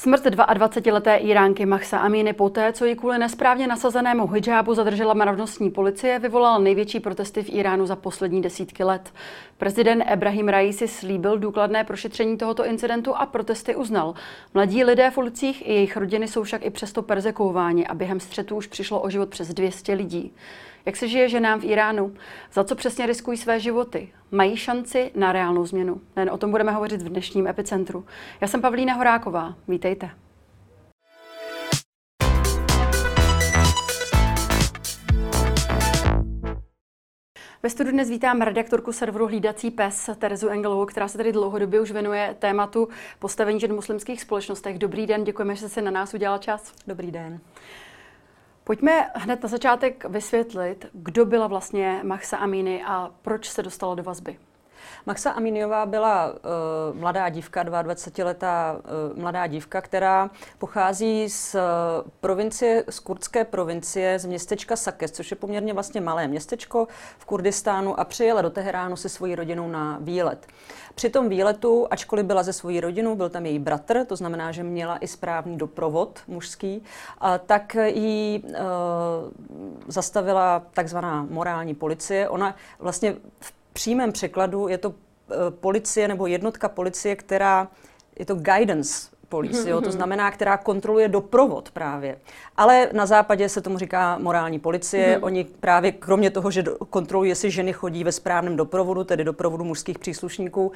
Smrt 22leté Íránky Mahsa Amini poté, co ji kvůli nesprávně nasazenému hidžábu zadržela mravnostní policie, vyvolala největší protesty v Íránu za poslední desítky let. Prezident Ebrahim Raisi slíbil důkladné prošetření tohoto incidentu a protesty uznal. Mladí lidé v ulicích i jejich rodiny jsou však i přesto perzekuováni a během střetů už přišlo o život přes 200 lidí. Jak se žije ženám v Íránu? Za co přesně riskují své životy? Mají šanci na reálnou změnu? Nejen o tom budeme hovořit v dnešním Epicentru. Já jsem Pavlína Horáková. Vítejte. Ve studiu dnes vítám redaktorku serveru Hlídací pes Terezu Engelovou, která se tady dlouhodobě už věnuje tématu postavení žen v muslimských společnostech. Dobrý den, děkujeme, že jste na nás udělal čas. Dobrý den. Pojďme hned na začátek vysvětlit, kdo byla vlastně Mahsa Amini a proč se dostala do vazby. Mahsa Aminiová byla mladá dívka, 22letá mladá dívka, která pochází z kurdské provincie, z městečka Sakes, což je poměrně vlastně malé městečko v Kurdistánu, a přijela do Teheránu se svojí rodinou na výlet. Při tom výletu, ačkoliv byla se svojí rodinou, byl tam její bratr, to znamená, že měla i správný doprovod mužský, tak ji zastavila takzvaná morální policie. Ona vlastně v přímém překladu je to policie nebo jednotka policie, která je to guidance police, jo, to znamená, která kontroluje doprovod právě. Ale na západě se tomu říká morální policie. Oni právě kromě toho, že kontrolují, jestli ženy chodí ve správném doprovodu, tedy doprovodu mužských příslušníků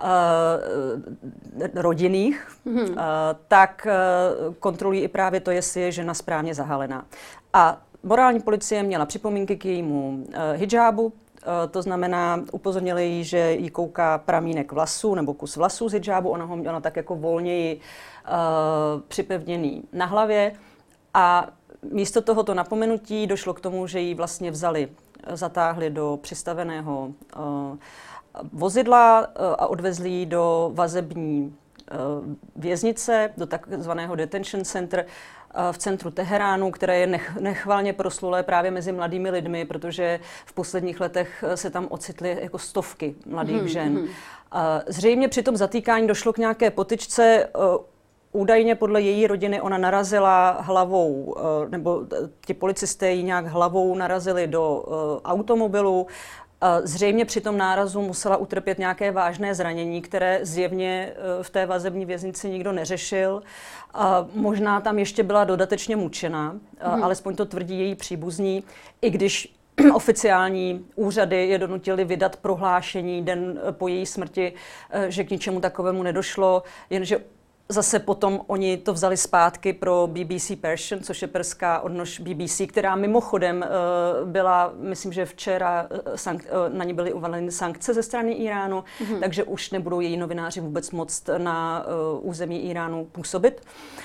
rodinných, tak kontrolují i právě to, jestli je žena správně zahalená. A morální policie měla připomínky k jejímu hidžábu. To znamená, upozornili jí, že jí kouká pramínek vlasů nebo kus vlasů z hidžábu, ona ho měla tak jako volněji připevněný na hlavě, a místo tohoto napomenutí došlo k tomu, že ji vlastně zatáhli do přistaveného vozidla a odvezli ji do vazební věznice, do takzvaného detention center v centru Teheránu, které je nechvalně proslulé právě mezi mladými lidmi, protože v posledních letech se tam ocitly jako stovky mladých žen. Zřejmě při tom zatýkání došlo k nějaké potyčce. Údajně podle její rodiny ona narazila hlavou, nebo ti policisté ji nějak hlavou narazili do automobilu. Zřejmě při tom nárazu musela utrpět nějaké vážné zranění, které zjevně v té vazební věznici nikdo neřešil. Možná tam ještě byla dodatečně mučena, alespoň to tvrdí její příbuzní, i když oficiální úřady je donutily vydat prohlášení den po její smrti, že k ničemu takovému nedošlo, jenže zase potom oni to vzali zpátky pro BBC Persian, což je perská odnož BBC, která mimochodem byla, myslím, že včera na ní byly uvaleny sankce ze strany Íránu, takže už nebudou její novináři vůbec moct na území Íránu působit.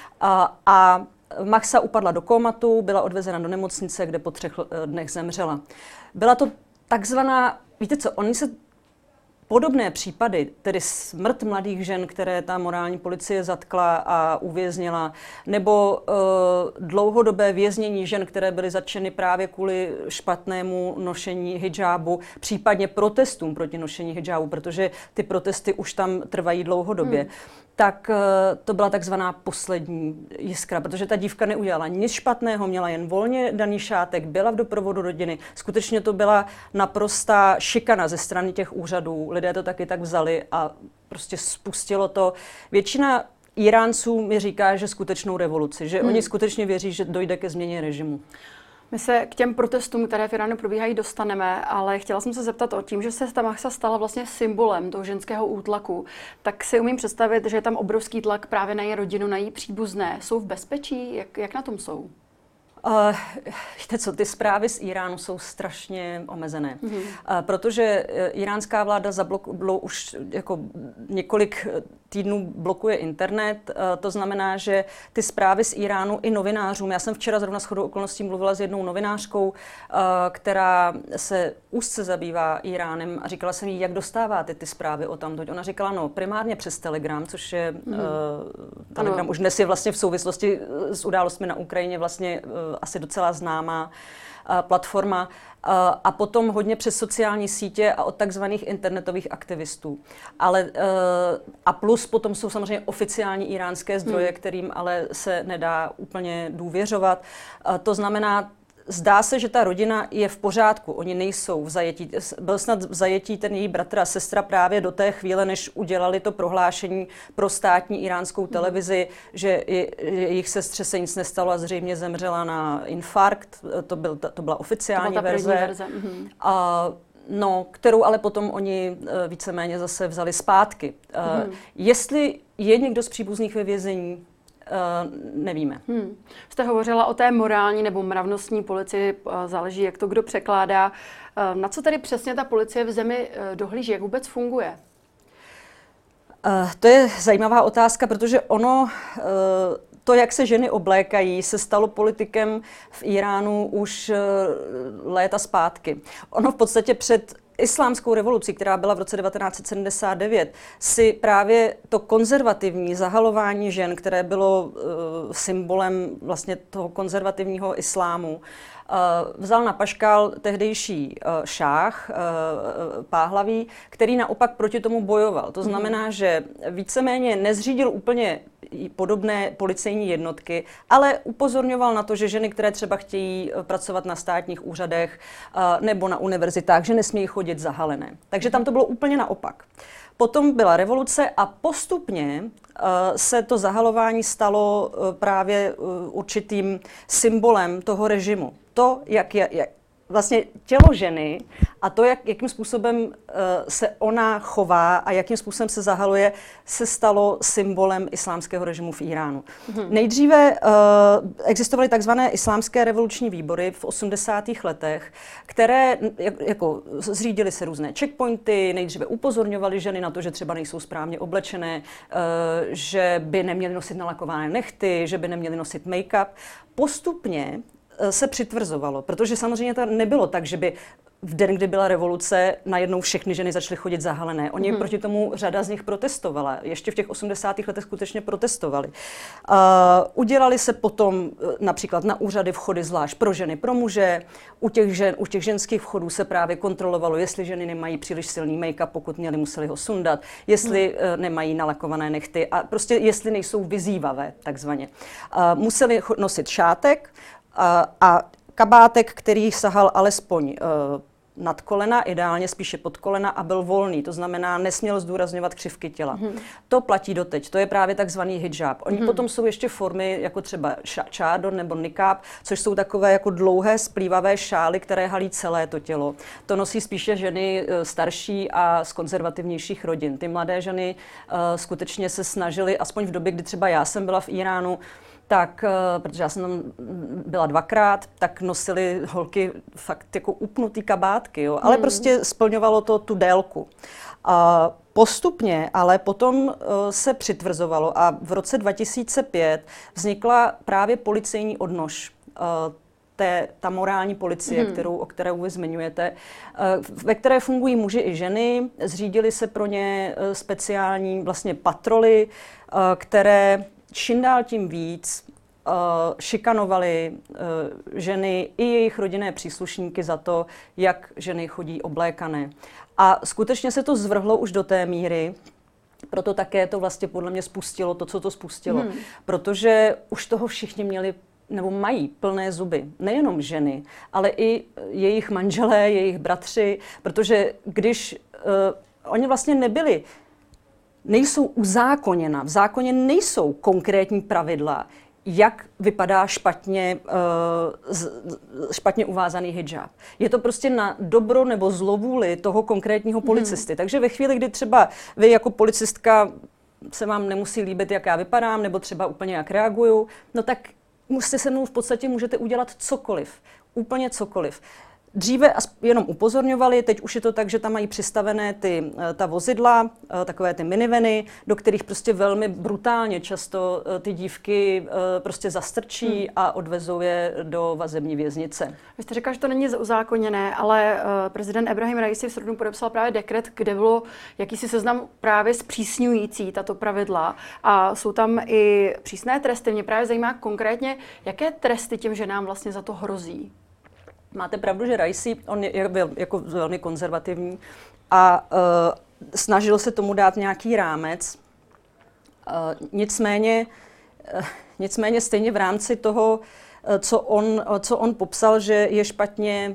A Mahsa upadla do kómatu, byla odvezena do nemocnice, kde po 3 dnech zemřela. Byla to takzvaná, víte co, oni se podobné případy, tedy smrt mladých žen, které ta morální policie zatkla a uvěznila, nebo dlouhodobé věznění žen, které byly zatčeny právě kvůli špatnému nošení hidžábu, případně protestům proti nošení hidžábu, protože ty protesty už tam trvají dlouhodobě. Tak to byla takzvaná poslední jiskra, protože ta dívka neudělala nic špatného, měla jen volně daný šátek, byla v doprovodu rodiny. Skutečně to byla naprostá šikana ze strany těch úřadů. Lidé to taky tak vzali a prostě spustilo to. Většina Íránců mi říká, že skutečnou revoluci, že oni skutečně věří, že dojde ke změně režimu. My se k těm protestům, které v Iránu probíhají, dostaneme, ale chtěla jsem se zeptat o tím, že se ta Mahsa stala vlastně symbolem toho ženského útlaku. Tak si umím představit, že je tam obrovský tlak právě na její rodinu, na její příbuzné. Jsou v bezpečí? Jak na tom jsou? Víte co, ty zprávy z Íránu jsou strašně omezené, protože iránská vláda už jako několik týdnů blokuje internet, to znamená, že ty zprávy z Íránu i novinářům, já jsem včera zrovna shodou okolností mluvila s jednou novinářkou, která se úzce zabývá Íránem, a říkala jsem jí, jak dostáváte ty zprávy o tamtoť. Ona říkala, no primárně přes Telegram, což je, Telegram už dnes je vlastně v souvislosti s událostmi na Ukrajině vlastně asi docela známá platforma, a potom hodně přes sociální sítě a od takzvaných internetových aktivistů. A plus potom jsou samozřejmě oficiální íránské zdroje, kterým ale se nedá úplně důvěřovat. To znamená, zdá se, že ta rodina je v pořádku, oni nejsou v zajetí. Byl snad v zajetí ten její bratr a sestra právě do té chvíle, než udělali to prohlášení pro státní iránskou televizi, že jejich sestře se nic nestalo a zřejmě zemřela na infarkt. To byla oficiální verze. Kterou ale potom oni víceméně zase vzali zpátky. Jestli je někdo z příbuzných ve vězení, nevíme. Jste hovořila o té morální nebo mravnostní policii, záleží, jak to kdo překládá. Na co tedy přesně ta policie v zemi dohlíží, jak vůbec funguje? To je zajímavá otázka, protože to, jak se ženy oblékají, se stalo politikem v Iránu už léta zpátky. Ono v podstatě před islámskou revolucí, která byla v roce 1979, si právě to konzervativní zahalování žen, které bylo symbolem vlastně toho konzervativního islámu, vzal na paškál tehdejší šáh Páhlaví, který naopak proti tomu bojoval. To znamená, že víceméně nezřídil úplně podobné policejní jednotky, ale upozorňoval na to, že ženy, které třeba chtějí pracovat na státních úřadech nebo na univerzitách, že nesmějí chodit zahalené. Takže tam to bylo úplně naopak. Potom byla revoluce a postupně se to zahalování stalo právě určitým symbolem toho režimu. To, jak vlastně tělo ženy a to, jakým způsobem se ona chová a jakým způsobem se zahaluje, se stalo symbolem islámského režimu v Iránu. Nejdříve existovaly takzvané islámské revoluční výbory v 80. letech, které zřídily se různé checkpointy, nejdříve upozorňovaly ženy na to, že třeba nejsou správně oblečené, že by neměly nosit nalakované nehty, že by neměly nosit make-up. Postupně se přitvrzovalo, protože samozřejmě to nebylo tak, že by v den, kdy byla revoluce, najednou všechny ženy začaly chodit zahalené. Oni proti tomu řada z nich protestovala. Ještě v těch 80. letech skutečně protestovali. Udělali se potom například na úřady vchody zvlášť pro ženy, pro muže. U těch ženských vchodů se právě kontrolovalo, jestli ženy nemají příliš silný make-up, pokud měli, museli ho sundat, jestli nemají nalakované nehty a prostě jestli nejsou vyzývavé, takzvaně. Museli nosit šátek, a kabátek, který sahal alespoň nad kolena, ideálně spíše pod kolena a byl volný, to znamená, nesměl zdůrazňovat křivky těla. To platí doteď, to je právě takzvaný hijab. Oni potom jsou ještě formy, jako třeba čádor nebo nikáb, což jsou takové jako dlouhé splývavé šály, které halí celé to tělo. To nosí spíše ženy starší a z konzervativnějších rodin. Ty mladé ženy skutečně se snažily, aspoň v době, kdy třeba já jsem byla v Iránu, tak, protože já jsem tam byla dvakrát, tak nosily holky fakt jako upnutý kabátky, jo? Ale prostě splňovalo to tu délku. Postupně, ale potom se přitvrzovalo a v roce 2005 vznikla právě policejní odnož. Ta morální policie, o kterou vy zmiňujete, ve které fungují muži i ženy, zřídily se pro ně speciální vlastně patroly, které čím dál tím víc šikanovali ženy i jejich rodinné příslušníky za to, jak ženy chodí oblékané. A skutečně se to zvrhlo už do té míry, proto také to vlastně podle mě spustilo to, co to spustilo. Protože už toho všichni měli nebo mají plné zuby. Nejenom ženy, ale i jejich manželé, jejich bratři, protože když oni vlastně nejsou uzákoněna. V zákoně nejsou konkrétní pravidla, jak vypadá špatně uvázaný hijab. Je to prostě na dobro nebo zlovůli toho konkrétního policisty. Takže ve chvíli, kdy třeba vy jako policistka se vám nemusí líbit, jak já vypadám, nebo třeba úplně jak reaguju, no tak se mnou v podstatě můžete udělat cokoliv. Úplně cokoliv. Dříve jenom upozorňovali, teď už je to tak, že tam mají přistavené ta vozidla, takové ty minivany, do kterých prostě velmi brutálně často ty dívky prostě zastrčí a odvezou je do vazební věznice. Vy jste říkal, že to není uzákoněné, ale prezident Ebrahim Raisi v srpnu podepsal právě dekret, kde bylo jakýsi seznam právě zpřísňující tato pravidla a jsou tam i přísné tresty. Mě právě zajímá konkrétně, jaké tresty těm ženám vlastně za to hrozí. Máte pravdu, že Raisi, on byl jako velmi konzervativní a snažil se tomu dát nějaký rámec. Nicméně stejně v rámci toho, co on popsal, že je špatně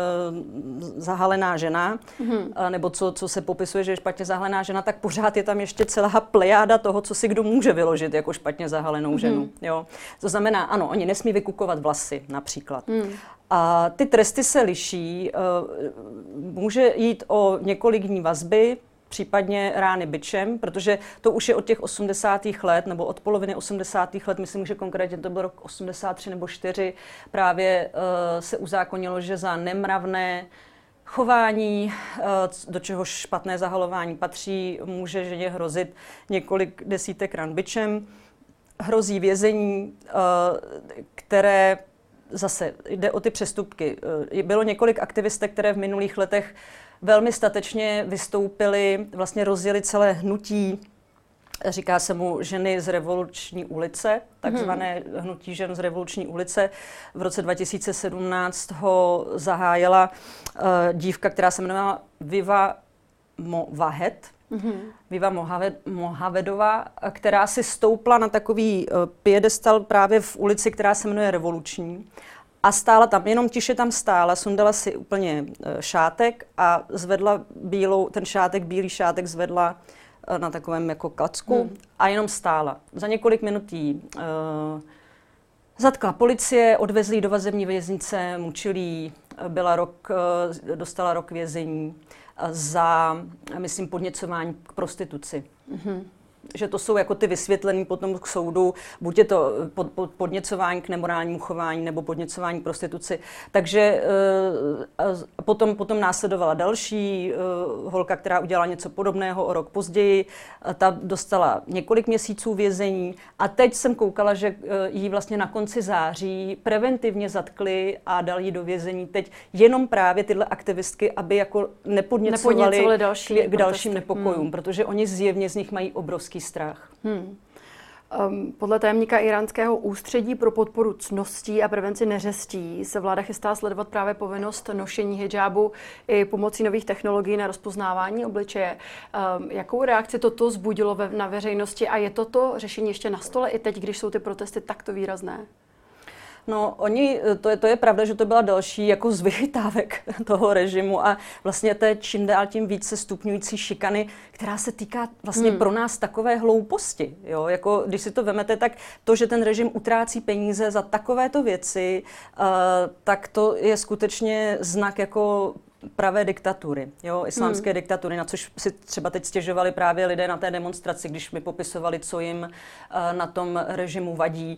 zahalená žena, nebo co se popisuje, že je špatně zahalená žena, tak pořád je tam ještě celá plejáda toho, co si kdo může vyložit jako špatně zahalenou ženu. Jo? To znamená, ano, oni nesmí vykukovat vlasy například. A ty tresty se liší. Může jít o několik dní vazby, případně rány bičem, protože to už je od těch 80. let, nebo od poloviny 80. let, myslím, že konkrétně to byl rok 83 nebo 4, právě se uzákonilo, že za nemravné chování, do čehož špatné zahalování patří, může ženě hrozit několik desítek ran bičem. Hrozí vězení, které zase jde o ty přestupky. Bylo několik aktivistek, které v minulých letech velmi statečně vystoupily, vlastně rozjeli celé hnutí, říká se mu ženy z revoluční ulice, takzvané hnutí žen z revoluční ulice. V roce 2017 ho zahájila dívka, která se jmenovala Viva Mohamed. Viva Mohamedová, která si stoupla na takový piedestal právě v ulici, která se jmenuje Revoluční. A stála tam, jenom tiše tam stála, sundala si úplně šátek a zvedla bílý šátek zvedla na takovém jako klacku a jenom stála. Za několik minut jí zatkla policie, odvezli do vazební věznice, mučili jí, dostala rok vězení za, myslím, podněcování k prostituci. Že to jsou jako ty vysvětlený potom k soudu, buď je to podněcování k nemorálnímu chování nebo podněcování k prostituci. Takže potom následovala další holka, která udělala něco podobného o rok později. Ta dostala několik měsíců vězení a teď jsem koukala, že jí vlastně na konci září preventivně zatkli a dali ji do vězení teď jenom právě tyhle aktivistky, aby jako nepodněcovali k dalším nepokojům, protože oni zjevně z nich mají obrovský strach. Podle tajemníka iránského ústředí pro podporu ctností a prevenci neřestí se vláda chystá sledovat právě povinnost nošení hidžábu i pomocí nových technologií na rozpoznávání obličeje. Jakou reakci toto vzbudilo na veřejnosti a je toto řešení ještě na stole i teď, když jsou ty protesty takto výrazné? No, to je pravda, že to byla další jako z vychytávek toho režimu a vlastně té čím dál tím více stupňující šikany, která se týká vlastně pro nás takové hlouposti. Jo? Jako, když si to vemete, tak to, že ten režim utrácí peníze za takovéto věci, tak to je skutečně znak jako pravé diktatury, jo, islámské diktatury, na což si třeba teď stěžovali právě lidé na té demonstraci, když mi popisovali, co jim na tom režimu vadí.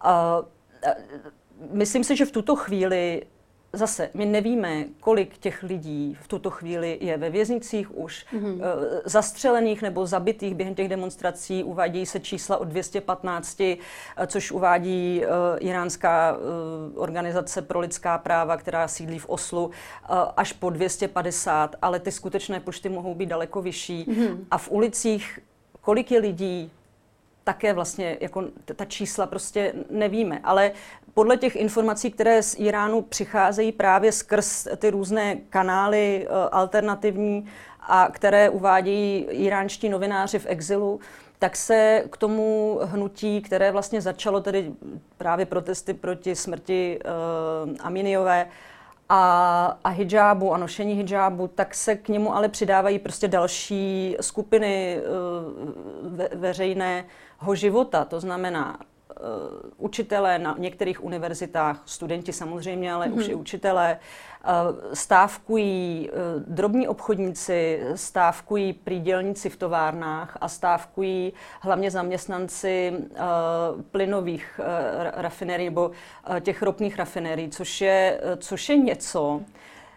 Myslím si, že v tuto chvíli zase my nevíme, kolik těch lidí v tuto chvíli je ve věznicích už zastřelených nebo zabitých během těch demonstrací. Uvádí se čísla o 215, což uvádí iránská organizace pro lidská práva, která sídlí v Oslu, až po 250, ale ty skutečné počty mohou být daleko vyšší. A v ulicích, kolik je lidí, také vlastně jako ta čísla prostě nevíme, ale podle těch informací, které z Iránu přicházejí právě skrz ty různé kanály alternativní a které uvádějí iránští novináři v exilu, tak se k tomu hnutí, které vlastně začalo tedy právě protesty proti smrti Aminiové a hidžábu a nošení hidžábu, tak se k němu ale přidávají prostě další skupiny veřejného života, to znamená učitelé na některých univerzitách, studenti samozřejmě, ale už i učitelé, stávkují drobní obchodníci, stávkují prý dělníci v továrnách a stávkují hlavně zaměstnanci plynových rafinérií nebo těch ropných rafinérií, což je něco,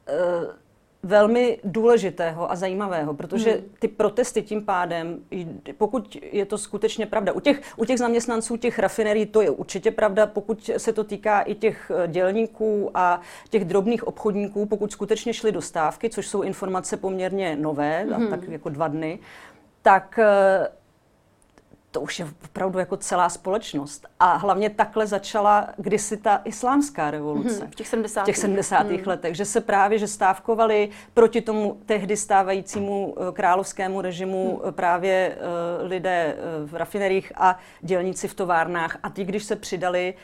velmi důležitého a zajímavého, protože ty protesty tím pádem, pokud je to skutečně pravda, u těch zaměstnanců těch rafinerií to je určitě pravda, pokud se to týká i těch dělníků a těch drobných obchodníků, pokud skutečně šly dostávky, což jsou informace poměrně nové, tak jako 2 dny, tak to už je opravdu jako celá společnost. A hlavně takhle začala kdysi ta islámská revoluce. V těch 70. letech, že se právě, že stávkovali proti tomu tehdy stávajícímu královskému režimu právě lidé v rafineriích a dělníci v továrnách. A ti, když se přidali,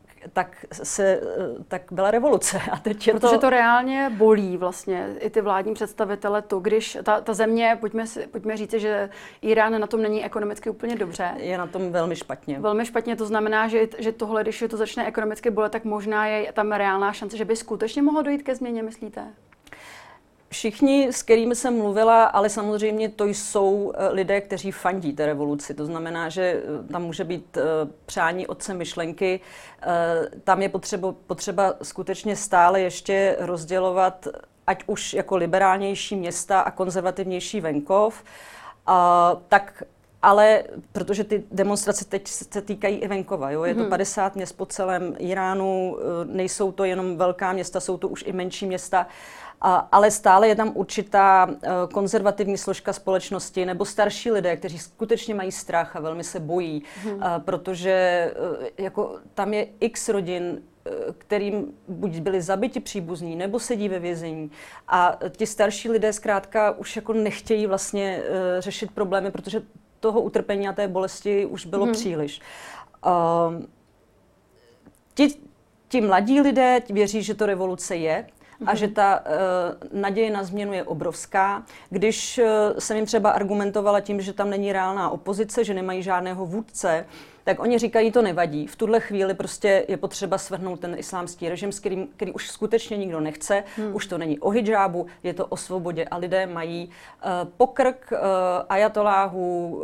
tak byla revoluce. A teď protože to reálně bolí vlastně i ty vládní představitele, to, když ta země, pojďme říct, že Irán na tom není ekonomicky úplně dobře. Je na tom velmi špatně. Velmi špatně, to znamená, že tohle, když to začne ekonomicky bolet, tak možná je tam reálná šance, že by skutečně mohlo dojít ke změně, myslíte? Všichni, s kterými jsem mluvila, ale samozřejmě to jsou lidé, kteří fandí té revoluci. To znamená, že tam může být přání otce myšlenky. Tam je potřeba skutečně stále ještě rozdělovat, ať už jako liberálnější města a konzervativnější venkov, ale protože ty demonstrace teď se týkají i venkova, jo? Je to 50 měst po celém Iránu, nejsou to jenom velká města, jsou to už i menší města, ale stále je tam určitá konzervativní složka společnosti nebo starší lidé, kteří skutečně mají strach a velmi se bojí, protože jako tam je x rodin, kterým buď byli zabiti příbuzní, nebo sedí ve vězení. A ti starší lidé zkrátka už jako nechtějí vlastně řešit problémy, protože toho utrpení a té bolesti už bylo příliš. Ti mladí lidé věří, že to revoluce je a že ta naděje na změnu je obrovská. Když jsem jim třeba argumentovala tím, že tam není reálná opozice, že nemají žádného vůdce, tak oni říkají, to nevadí. V tuhle chvíli prostě je potřeba svrhnout ten islámský režim, který už skutečně nikdo nechce. Už to není o hidžábu, je to o svobodě a lidé mají pokrk ajatoláhů,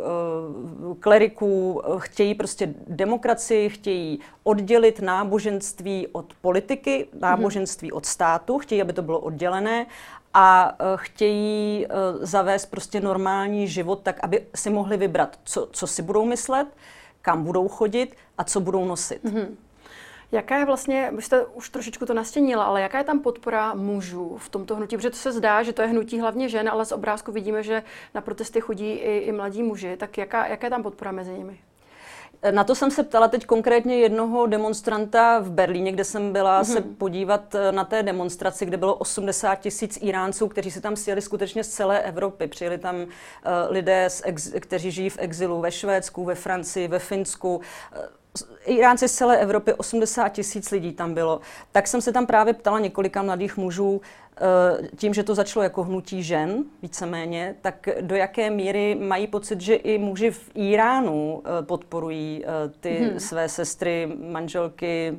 kleriků, chtějí prostě demokracii, chtějí oddělit náboženství od politiky, náboženství od státu, chtějí, aby to bylo oddělené a chtějí zavést prostě normální život tak, aby si mohli vybrat, co si budou myslet, kam budou chodit a co budou nosit. Jaká je vlastně, vy jste už trošičku to nastínila, ale jaká je tam podpora mužů v tomto hnutí? Protože to se zdá, že to je hnutí hlavně žen, ale z obrázku vidíme, že na protesty chodí i mladí muži. Tak jaká je tam podpora mezi nimi? Na to jsem se ptala teď konkrétně jednoho demonstranta v Berlíně, kde jsem byla se podívat na té demonstraci, kde bylo 80 000 Iránců, kteří se tam sjeli skutečně z celé Evropy. Přijeli tam lidé, kteří žijí v exilu ve Švédsku, ve Francii, ve Finsku. Iránci z celé Evropy, 80 000 lidí tam bylo. Tak jsem se tam právě ptala několika mladých mužů, tím, že to začalo jako hnutí žen, víceméně, tak do jaké míry mají pocit, že i muži v Iránu podporují ty své sestry, manželky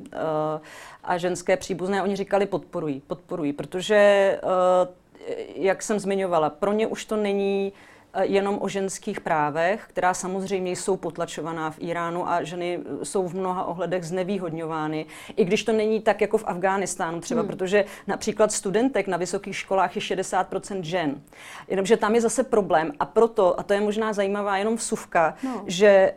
a ženské příbuzné. Oni říkali podporují, protože, jak jsem zmiňovala, pro ně už to není jenom o ženských právech, která samozřejmě jsou potlačovaná v Iránu a ženy jsou v mnoha ohledech znevýhodňovány. I když to není tak jako v Afghánistánu třeba, protože například studentek na vysokých školách je 60% žen. Jenomže tam je zase problém a proto, a to je možná zajímavá jenom vsuvka, že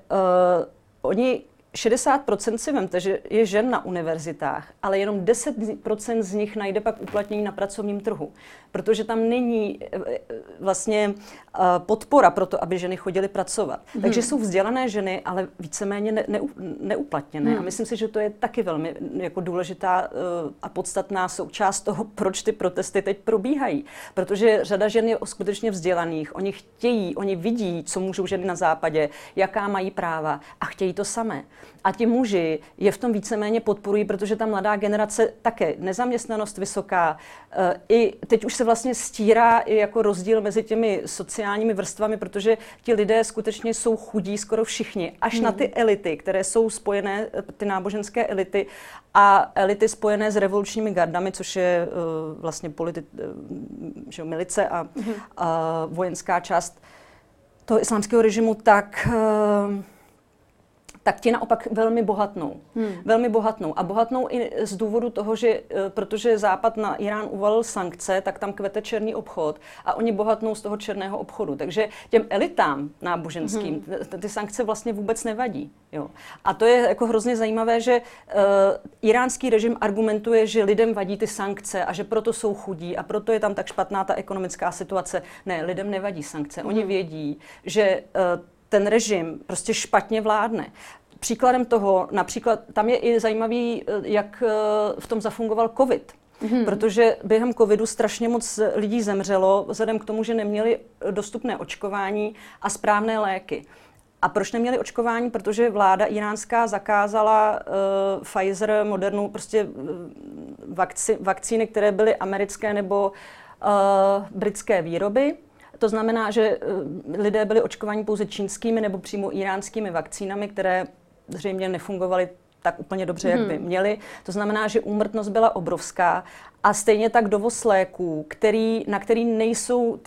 oni 60% si vemte, že je žen na univerzitách, ale jenom 10% z nich najde pak uplatnění na pracovním trhu. Protože tam není vlastně podpora pro to, aby ženy chodily pracovat. Takže jsou vzdělané ženy, ale víceméně neuplatněné. A myslím si, že to je taky velmi jako důležitá a podstatná součást toho, proč ty protesty teď probíhají. Protože řada žen je skutečně vzdělaných. Oni vidí, co můžou ženy na západě, jaká mají práva a chtějí to samé. A ti muži je v tom víceméně podporují, protože ta mladá generace také, nezaměstnanost vysoká, i teď už se vlastně stírá i jako rozdíl mezi těmi sociálními vrstvami, protože ti lidé skutečně jsou chudí skoro všichni, až na ty elity, které jsou spojené, ty náboženské elity a elity spojené s revolučními gardami, což je vlastně milice a vojenská část toho islámského režimu, tak tak ti naopak velmi bohatnou. Velmi bohatnou. A bohatnou i z důvodu toho, že protože Západ na Irán uvalil sankce, tak tam kvete černý obchod a oni bohatnou z toho černého obchodu. Takže těm elitám náboženským ty sankce vlastně vůbec nevadí. Jo. A to je jako hrozně zajímavé, že iránský režim argumentuje, že lidem vadí ty sankce a že proto jsou chudí a proto je tam tak špatná ta ekonomická situace. Ne, lidem nevadí sankce. Oni vědí, že ten režim prostě špatně vládne. Příkladem toho, například, tam je i zajímavý, jak v tom zafungoval covid. Protože během covidu strašně moc lidí zemřelo vzhledem k tomu, že neměli dostupné očkování a správné léky. A proč neměli očkování? Protože vláda iránská zakázala Pfizer, Modernu, prostě vakcíny, které byly americké nebo britské výroby. To znamená, že lidé byli očkováni pouze čínskými nebo přímo iránskými vakcínami, které zřejmě nefungovaly tak úplně dobře, jak by měly. To znamená, že úmrtnost byla obrovská a stejně tak dovoz léků, na který nejsou,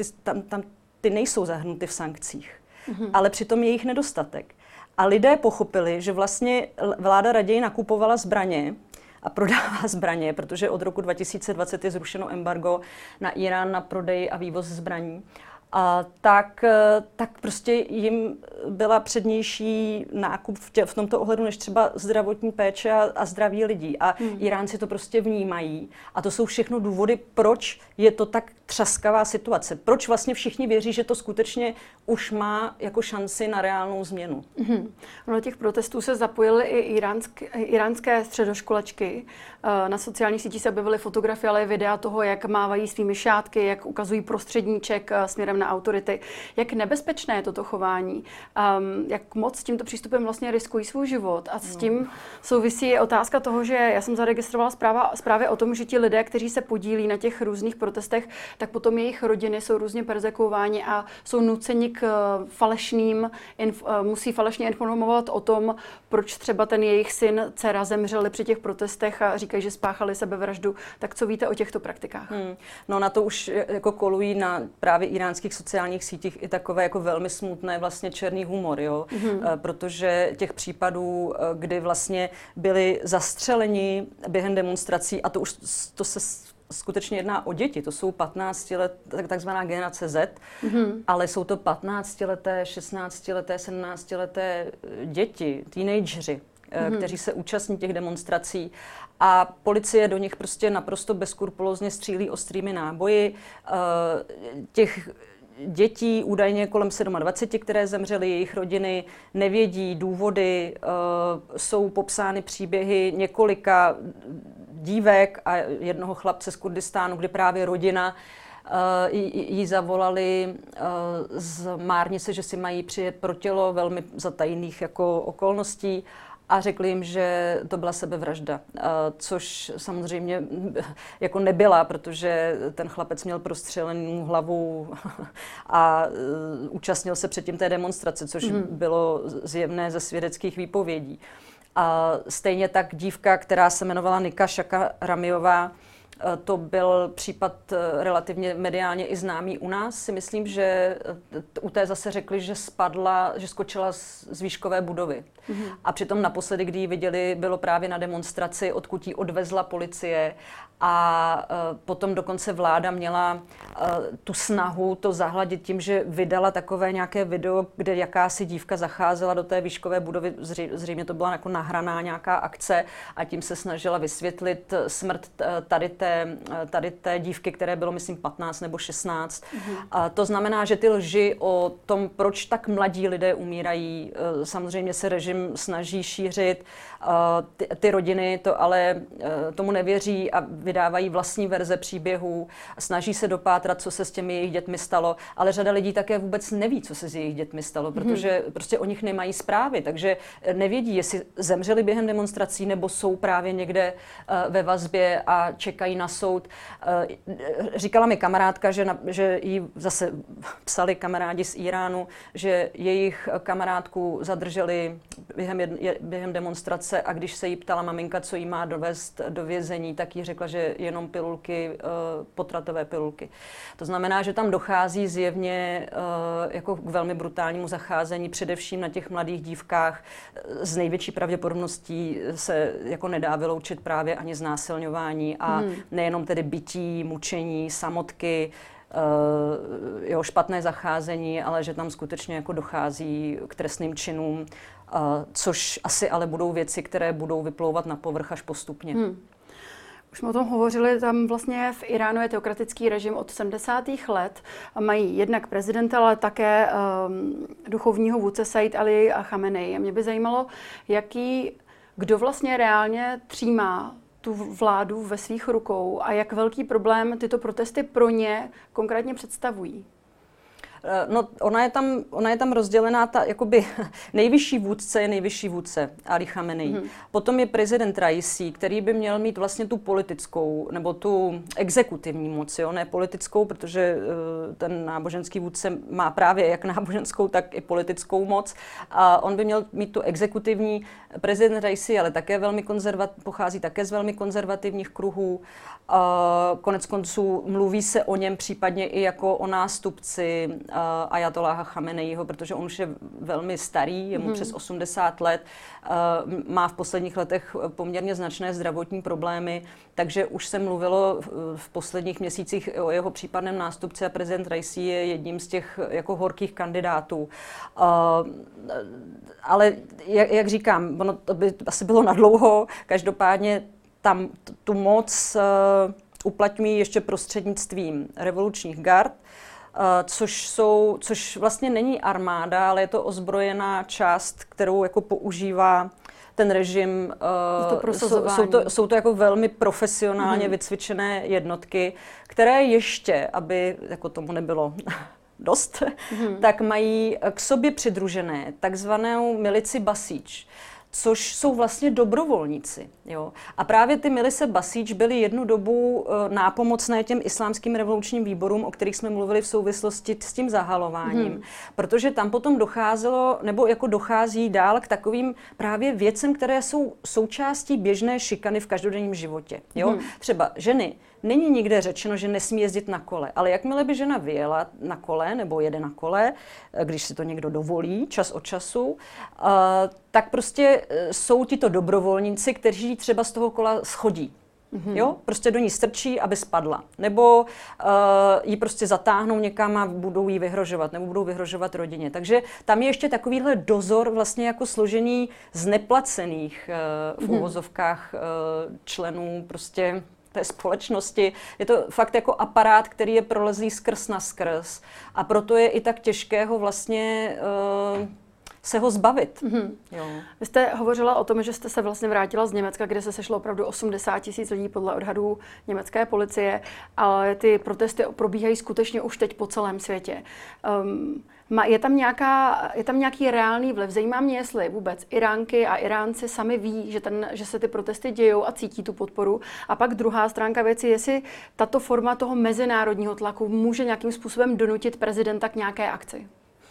ty nejsou zahrnuty v sankcích, ale přitom je jich nedostatek. A lidé pochopili, že vlastně vláda raději nakupovala zbraně a prodává zbraně, protože od roku 2020 je zrušeno embargo na Irán na prodej a vývoz zbraní. A tak prostě jim byla přednější nákup v tomto ohledu než třeba zdravotní péče a zdraví lidí. A Iránci to prostě vnímají. A to jsou všechno důvody, proč je to tak třaskavá situace. Proč vlastně všichni věří, že to skutečně už má jako šanci na reálnou změnu. Do těch protestů se zapojily i iránské středoškolačky. Na sociálních sítích se objevily fotografie, ale i videa toho, jak mávají svými šátky, jak ukazují prostředníček směrem na autority. Jak nebezpečné je toto chování? Jak moc s tímto přístupem vlastně riskují svůj život? A s tím souvisí otázka toho, že já jsem zaregistrovala zprávy o tom, že ti lidé, kteří se podílí na těch různých protestech, tak potom jejich rodiny jsou různě perzekuováni a jsou nuceni k falešným, musí falešně informovat o tom, proč třeba ten jejich syn, dcera zemřeli při těch protestech a říkají, že spáchali sebevraždu. Tak co víte o těchto praktikách? No na to už jako kolují na právě iránských sociálních sítích i takové jako velmi smutné vlastně černý humor, jo? Protože těch případů, kdy vlastně byli zastřeleni během demonstrací, a to se skutečně jedná o děti, to jsou 15 let, takzvaná generace Z, ale jsou to 15leté, 16leté, 17leté děti, teenageři, kteří se účastní těch demonstrací a policie do nich prostě naprosto bezskrupulózně střílí ostrými náboji. Těch dětí údajně kolem 27, které zemřely, jejich rodiny nevědí důvody, jsou popsány příběhy několika dívek a jednoho chlapce z Kurdistánu, kdy právě rodina jí zavolali z Márnice, že si mají přijet pro tělo velmi zatajených jako okolností a řekli jim, že to byla sebevražda, což samozřejmě jako nebyla, protože ten chlapec měl prostřelenou hlavu a účastnil se předtím té demonstrace, což bylo zjevné ze svědeckých výpovědí. A stejně tak dívka, která se jmenovala Nika Šaka Ramiová, to byl případ relativně mediálně i známý u nás. Si myslím, že u té zase řekli, že skočila z výškové budovy. A přitom naposledy, kdy ji viděli, bylo právě na demonstraci, odkud ji odvezla policie. A potom dokonce vláda měla tu snahu to zahladit tím, že vydala takové nějaké video, kde jakási dívka zacházela do té výškové budovy. Zřejmě to byla jako nahraná nějaká akce a tím se snažila vysvětlit smrt tady té dívky, které bylo, myslím, 15 nebo 16. A to znamená, že ty lži o tom, proč tak mladí lidé umírají, samozřejmě se režim snaží šířit. Ty rodiny to ale tomu nevěří a vydávají vlastní verze příběhů, snaží se dopátrat, co se s těmi jejich dětmi stalo, ale řada lidí také vůbec neví, co se s jejich dětmi stalo, protože prostě o nich nemají zprávy, takže nevědí, jestli zemřeli během demonstrací nebo jsou právě někde ve vazbě a čekají na soud. Říkala mi kamarádka, že jí zase psali kamarádi z Iránu, že jejich kamarádku zadrželi během demonstrace a když se jí ptala maminka, co jí má dovést do vězení, tak jí řekla, že že jenom pilulky, potratové pilulky. To znamená, že tam dochází zjevně jako k velmi brutálnímu zacházení, především na těch mladých dívkách. S největší pravděpodobností se jako nedá vyloučit právě ani znásilňování a nejenom tedy bití, mučení, samotky, špatné zacházení, ale že tam skutečně jako dochází k trestným činům, což asi ale budou věci, které budou vyplouvat na povrch až postupně. Už jsme o tom hovořili, tam vlastně v Iránu je teokratický režim od 70. let. Mají jednak prezidenta, ale také duchovního vůdce Said Ali Chamenei. A mě by zajímalo, kdo vlastně reálně třímá tu vládu ve svých rukou a jak velký problém tyto protesty pro ně konkrétně představují. No, ona je tam rozdělená, jakoby nejvyšší vůdce je nejvyšší vůdce, Ali Chamenei. Potom je prezident Raisi, který by měl mít vlastně tu politickou, nebo tu exekutivní moc, ne politickou, protože ten náboženský vůdce má právě jak náboženskou, tak i politickou moc. A on by měl mít tu exekutivní. Prezident Raisi, ale také pochází také z velmi konzervativních kruhů. Konec konců mluví se o něm případně i jako o nástupci Ajatoláha Chameneiho, protože on už je velmi starý, je mu přes 80 let, má v posledních letech poměrně značné zdravotní problémy, takže už se mluvilo v posledních měsících o jeho případném nástupci a prezident Raisi je jedním z těch jako horkých kandidátů. Ale jak říkám, ono to by asi bylo nadlouho, každopádně tam tu moc uplatňují ještě prostřednictvím revolučních gard, což vlastně není armáda, ale je to ozbrojená část, kterou jako používá ten režim. Jsou to jako velmi profesionálně vycvičené jednotky, které ještě, aby jako tomu nebylo dost, tak mají k sobě přidružené takzvanou milici Basíč, což jsou vlastně dobrovolníci. Jo. A právě ty milice Basíč byly jednu dobu nápomocné těm islámským revolučním výborům, o kterých jsme mluvili v souvislosti s tím zahalováním. Protože tam potom docházelo, nebo jako dochází dál k takovým právě věcem, které jsou součástí běžné šikany v každodenním životě. Jo. Třeba ženy. Není nikde řečeno, že nesmí jezdit na kole, ale jakmile by žena vyjela na kole nebo jede na kole, když si to někdo dovolí čas od času, tak prostě jsou tito dobrovolníci, kteří třeba z toho kola schodí. Jo? Prostě do ní strčí, aby spadla. Nebo ji prostě zatáhnou někam a budou jí vyhrožovat, nebo budou vyhrožovat rodině. Takže tam je ještě takovýhle dozor vlastně jako složený z neplacených v uvozovkách členů prostě té společnosti. Je to fakt jako aparát, který je prolezlý skrz na skrz. A proto je i tak těžké ho vlastně se ho zbavit. Jo. Vy jste hovořila o tom, že jste se vlastně vrátila z Německa, kde se sešlo opravdu 80 000 lidí podle odhadů německé policie, ale ty protesty probíhají skutečně už teď po celém světě. Je tam nějaký reálný vliv? Zajímá mě, jestli vůbec Iránky a Iránci sami ví, že se ty protesty dějou a cítí tu podporu. A pak druhá stránka věci, jestli tato forma toho mezinárodního tlaku může nějakým způsobem donutit prezidenta k nějaké akci.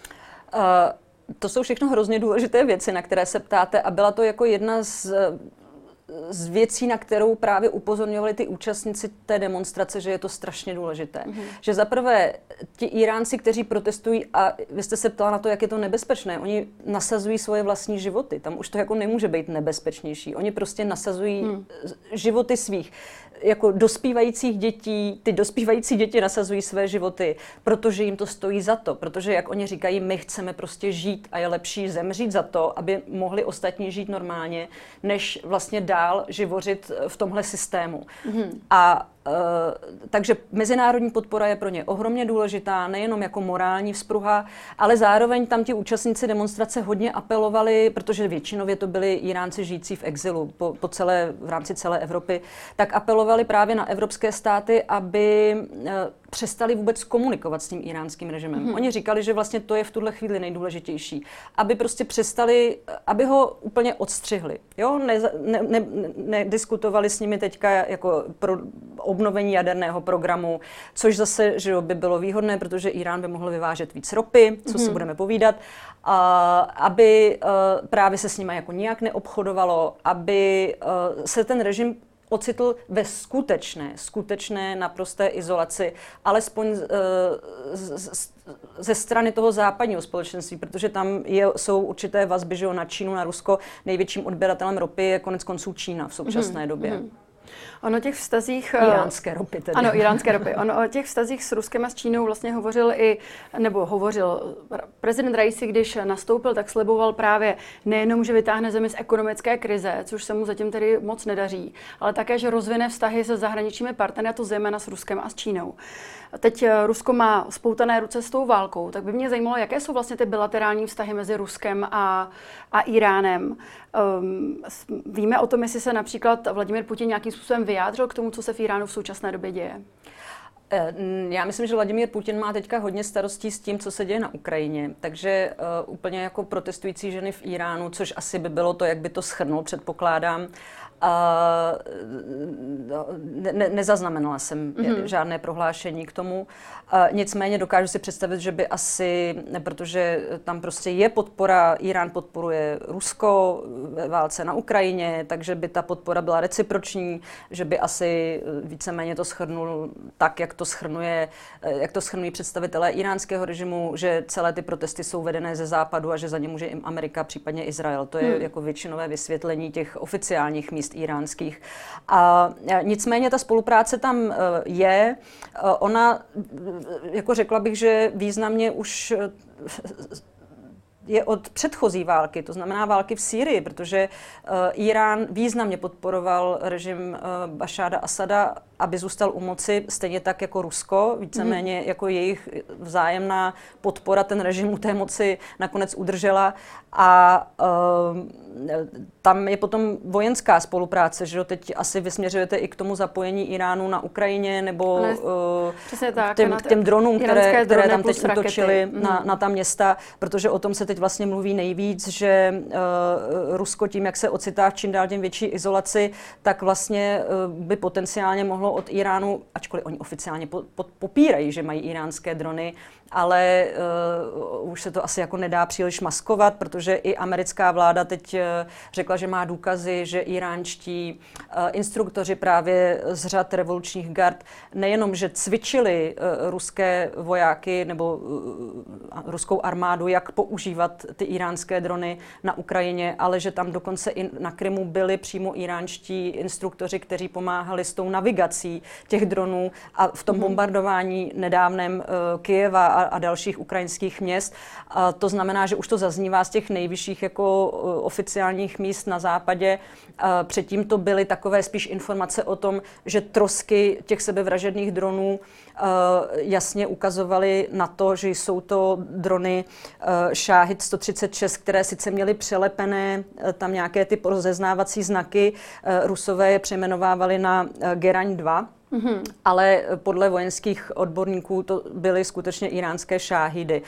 To jsou všechno hrozně důležité věci, na které se ptáte, a byla to jako jedna z věcí, na kterou právě upozorňovali ty účastníci té demonstrace, že je to strašně důležité. Že zaprvé ti Iránci, kteří protestují, a vy jste se ptala na to, jak je to nebezpečné, oni nasazují svoje vlastní životy. Tam už to jako nemůže být nebezpečnější. Oni prostě nasazují životy svých jako dospívajících dětí, ty dospívající děti nasazují své životy, protože jim to stojí za to, protože, jak oni říkají, my chceme prostě žít a je lepší zemřít za to, aby mohli ostatní žít normálně, než vlastně dál živořit v tomhle systému. A takže mezinárodní podpora je pro ně ohromně důležitá, nejenom jako morální vzpruha, ale zároveň tam ti účastníci demonstrace hodně apelovali, protože většinově to byli Iránci žijící v exilu v rámci celé Evropy, tak apelovali právě na evropské státy, aby přestali vůbec komunikovat s tím iránským režimem. Oni říkali, že vlastně to je v tuhle chvíli nejdůležitější. Aby prostě přestali, aby ho úplně odstřihli. Jo? Nediskutovali s nimi teďka jako pro obnovení jaderného programu, což zase že by bylo výhodné, protože Irán by mohl vyvážet víc ropy, co si budeme povídat, aby právě se s nimi jako nijak neobchodovalo, aby se ten režim ocitl ve skutečné naprosté izolaci, alespoň ze strany toho západního společenství, protože tam jsou určité vazby, že na Čínu, na Rusko. Největším odběratelem ropy je konec konců Čína v současné době. Ono těch vztazích... Iránské ropy tedy. Ano, iránské ropy. Ono o těch vztazích s Ruskem a s Čínou vlastně hovořil prezident Raisi, když nastoupil, tak sliboval právě nejenom, že vytáhne zemi z ekonomické krize, což se mu zatím tedy moc nedaří, ale také, že rozvine vztahy se zahraničními partnery, a to zejména s Ruskem a s Čínou. Teď Rusko má spoutané ruce s tou válkou, tak by mě zajímalo, jaké jsou vlastně ty bilaterální vztahy mezi Ruskem a Iránem. Víme o tom, jestli se například Vladimír Putin nějakým způsobem vyjádřil k tomu, co se v Iránu v současné době děje? Já myslím, že Vladimír Putin má teďka hodně starostí s tím, co se děje na Ukrajině. Takže úplně jako protestující ženy v Iránu, což asi by bylo to, jak by to shrnul, předpokládám, nezaznamenala jsem žádné prohlášení k tomu. Nicméně dokážu si představit, že by asi, protože tam prostě je podpora, Irán podporuje Rusko ve válce na Ukrajině, takže by ta podpora byla reciproční, že by asi víceméně to shrnul tak, jak to shrnují představitelé iránského režimu, že celé ty protesty jsou vedené ze západu a že za ně může i Amerika, případně Izrael. To je jako většinové vysvětlení těch oficiálních míst iránských. A nicméně ta spolupráce tam je. Ona, jako řekla bych, že významně už je od předchozí války, to znamená války v Sýrii, protože Irán významně podporoval režim Bašára Asada, aby zůstal u moci, stejně tak jako Rusko, víceméně jako jejich vzájemná podpora ten režim u té moci nakonec udržela. A tam je potom vojenská spolupráce, že teď asi vysměřujete i k tomu zapojení Iránu na Ukrajině, nebo k těm dronům, které tam teď útočily na ta města, protože o tom se teď vlastně mluví nejvíc, že Rusko tím, jak se ocitá v čím dál tím větší izolaci, tak vlastně by potenciálně mohlo od Iránu, ačkoliv oni oficiálně popírají, že mají iránské drony, ale už se to asi jako nedá příliš maskovat, protože i americká vláda teď řekla, že má důkazy, že iránští instruktoři právě z řad revolučních gard nejenom, že cvičili ruské vojáky nebo ruskou armádu, jak používat ty iránské drony na Ukrajině, ale že tam dokonce i na Krymu byli přímo iránští instruktoři, kteří pomáhali s tou navigací těch dronů a v tom bombardování nedávném Kyjeva a dalších ukrajinských měst. A to znamená, že už to zaznívá z těch nejvyšších jako oficiálních míst na západě. A předtím to byly takové spíš informace o tom, že trosky těch sebevražedných dronů jasně ukazovaly na to, že jsou to drony Šáhid 136, které sice měly přelepené tam nějaké ty rozeznávací znaky. Rusové je přejmenovávali na Geraň 2. Ale podle vojenských odborníků to byly skutečně iránské šáhidy.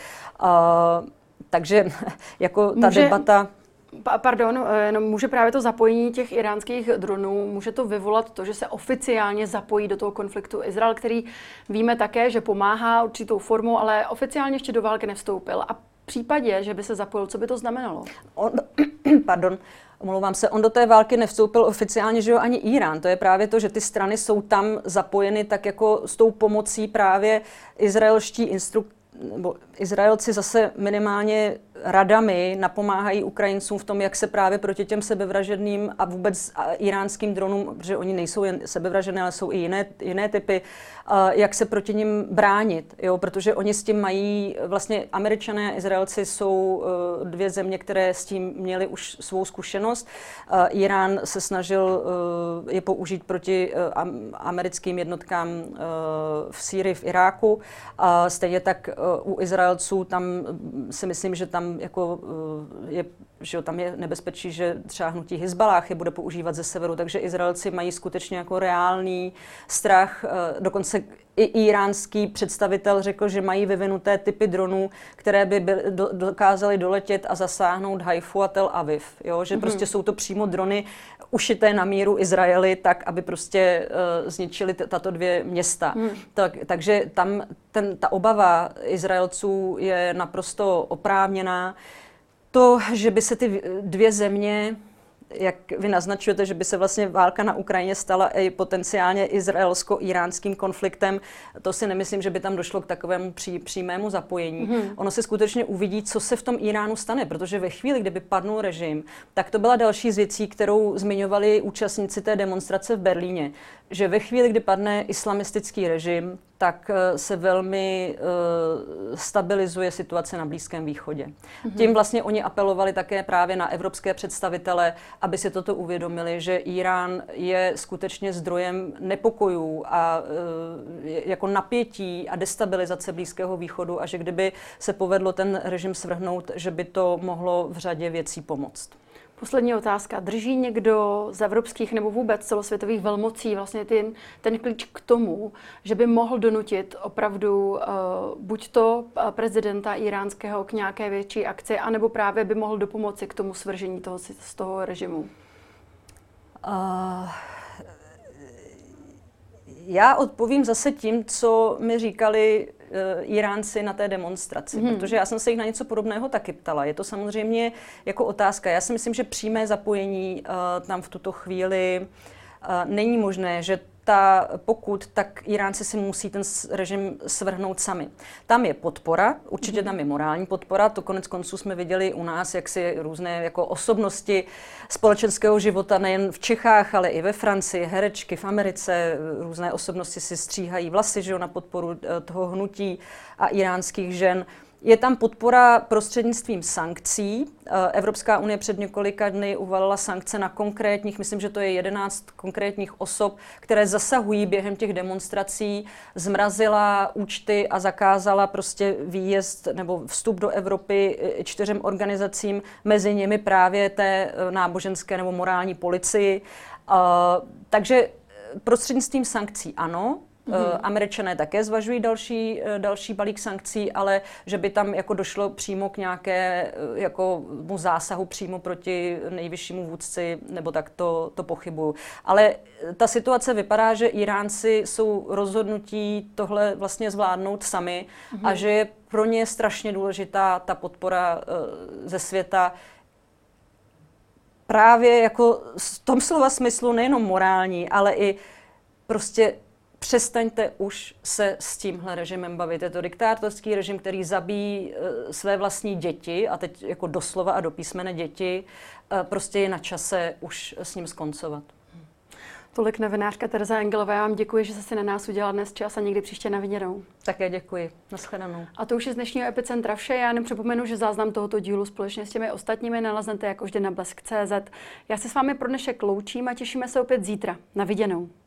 Takže jako ta debata... Pardon, může právě to zapojení těch iránských dronů, může to vyvolat to, že se oficiálně zapojí do toho konfliktu Izrael, který víme také, že pomáhá určitou formou, ale oficiálně ještě do války nevstoupil. A v případě, že by se zapojil, co by to znamenalo? Omlouvám se, on do té války nevstoupil oficiálně, že jo, ani Irán. To je právě to, že ty strany jsou tam zapojeny tak jako s tou pomocí právě izraelští nebo Izraelci zase minimálně radami napomáhají Ukrajincům v tom, jak se právě proti těm sebevražedným a vůbec iránským dronům, protože oni nejsou jen sebevražedné, ale jsou i jiné typy, jak se proti nim bránit, jo? Protože oni s tím mají, vlastně Američané a Izraelci jsou dvě země, které s tím měly už svou zkušenost. Irán se snažil je použít proti americkým jednotkám v Sýrii, v Iráku. Stejně tak u Izraelců tam si myslím, že tam jako tam je nebezpečí, že třeba hnutí Hizbalách je bude používat ze severu, takže Izraelci mají skutečně jako reálný strach. Dokonce i iránský představitel řekl, že mají vyvinuté typy dronů, které by dokázaly doletět a zasáhnout Haifu a Tel Aviv. Jo? Že prostě jsou to přímo drony ušité na míru Izraeli, tak, aby prostě zničili tato dvě města. Takže tam ta obava Izraelců je naprosto oprávněná. To, že by se ty dvě země jak vy naznačujete, že by se vlastně válka na Ukrajině stala i potenciálně izraelsko-iránským konfliktem, to si nemyslím, že by tam došlo k takovému přímému zapojení. Ono se skutečně uvidí, co se v tom Iránu stane, protože ve chvíli, kdyby padnul režim, tak to byla další z věcí, kterou zmiňovali účastníci té demonstrace v Berlíně, že ve chvíli, kdy padne islamistický režim, tak se velmi stabilizuje situace na Blízkém východě. Tím vlastně oni apelovali také právě na evropské představitele, aby si toto uvědomili, že Irán je skutečně zdrojem nepokojů a jako napětí a destabilizace Blízkého východu a že kdyby se povedlo ten režim svrhnout, že by to mohlo v řadě věcí pomoct. Poslední otázka. Drží někdo z evropských nebo vůbec celosvětových velmocí vlastně ten klíč k tomu, že by mohl donutit opravdu buď to prezidenta iránského k nějaké větší akci, anebo právě by mohl dopomoci k tomu svržení z toho režimu? Já odpovím zase tím, co mi říkali Iránci na té demonstraci, protože já jsem se jich na něco podobného taky ptala. Je to samozřejmě jako otázka. Já si myslím, že přímé zapojení tam v tuto chvíli není možné, že pokud, tak Iránci si musí ten režim svrhnout sami. Tam je podpora, určitě tam je morální podpora, to konec konců jsme viděli u nás, jak si různé jako osobnosti společenského života, nejen v Čechách, ale i ve Francii, herečky v Americe, různé osobnosti si stříhají vlasy, že jo, na podporu toho hnutí a iránských žen. Je tam podpora prostřednictvím sankcí. Evropská unie před několika dny uvalila sankce na konkrétních, myslím, že to je 11 konkrétních osob, které zasahují během těch demonstrací, zmrazila účty a zakázala prostě výjezd nebo vstup do Evropy 4 organizacím, mezi nimi právě té náboženské nebo morální policii. Takže prostřednictvím sankcí ano. Američané také zvažují další balík sankcí, ale že by tam jako došlo přímo k nějaké jako zásahu přímo proti nejvyššímu vůdci, nebo tak to pochybuju. Ale ta situace vypadá, že Iránci jsou rozhodnutí tohle vlastně zvládnout sami a že je pro ně strašně důležitá ta podpora ze světa, právě jako v tom slova smyslu nejenom morální, ale i prostě přestaňte už se s tímhle režimem bavit. Je to diktátorský režim, který zabíjí své vlastní děti, a teď jako doslova a do písmene děti, prostě je na čase už s ním skoncovat. Tolik novinářka Tereza Engelová. Já vám děkuji, že jste si na nás udělala dnes čas a někdy příště na viděnou. Také děkuji. Naschledanou. A to už je z dnešního Epicentra vše. Já jenom připomenu, že záznam tohoto dílu společně s těmi ostatními naleznete jako vždy na blesk.cz. Já se s vámi pro dnešek loučím a těšíme se opět zítra. Na viděnou.